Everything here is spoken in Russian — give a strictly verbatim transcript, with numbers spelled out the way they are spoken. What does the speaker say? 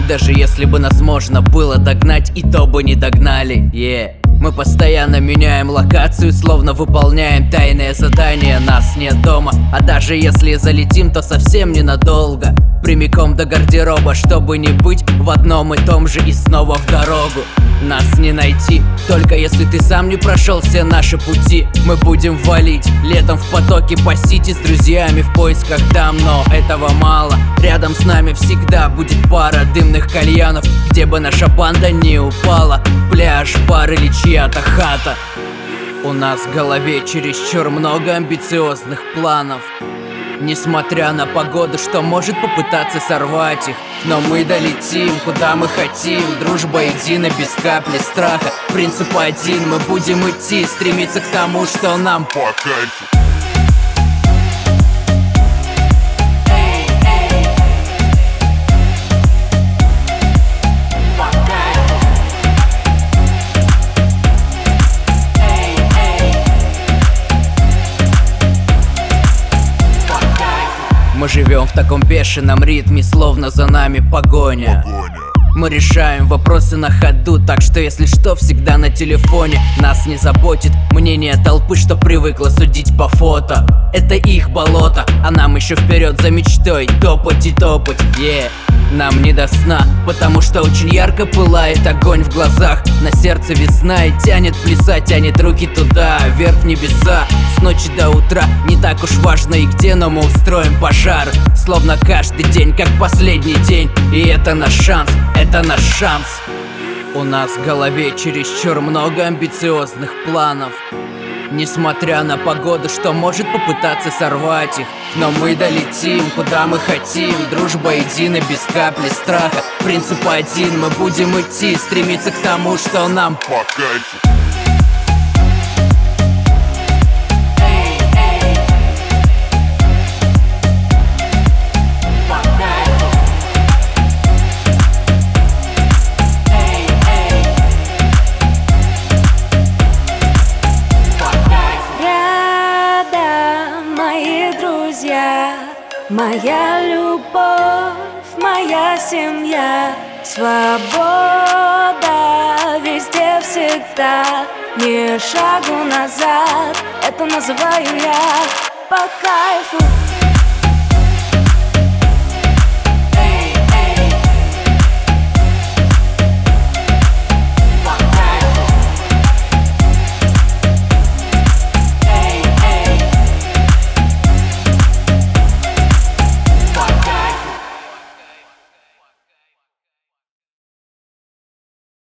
Даже если бы нас можно было догнать, и то бы не догнали, yeah. Мы постоянно меняем локацию, словно выполняем тайное задание. Нас нет дома, а даже если залетим, то совсем ненадолго. Прямиком до гардероба, чтобы не быть в одном и том же и снова в дорогу. Нас не найти, только если ты сам не прошел все наши пути. Мы будем валить летом в потоке по сити с друзьями в поисках дам, но этого мало. Рядом с нами всегда будет пара дымных кальянов, где бы наша банда не упала. Пляж, бар или чья-то хата. У нас в голове чересчур много амбициозных планов. Несмотря на погоду, что может попытаться сорвать их, но мы долетим, куда мы хотим. Дружба едина, без капли страха. Принцип один, мы будем идти, стремиться к тому, что нам по кайфу. Мы живем в таком бешеном ритме, словно за нами погоня. Мы решаем вопросы на ходу, так что если что, всегда на телефоне. Нас не заботит мнение толпы, что привыкла судить по фото. Это их болото, а нам еще вперед за мечтой топать и топать, yeah. Нам не до сна, потому что очень ярко пылает огонь в глазах. На сердце весна и тянет плясать, тянет руки туда, вверх в небеса. С ночи до утра не так уж важно и где, но мы устроим пожар. Словно каждый день, как последний день. И это наш шанс, это наш шанс. У нас в голове чересчур много амбициозных планов. Несмотря на погоду, что может попытаться сорвать их, но мы долетим, куда мы хотим. Дружба едина, без капли страха. Принцип один, мы будем идти, стремиться к тому, что нам по кайфу. Моя любовь, моя семья, свобода везде, всегда. Ни шагу назад, это называю я по кайфу.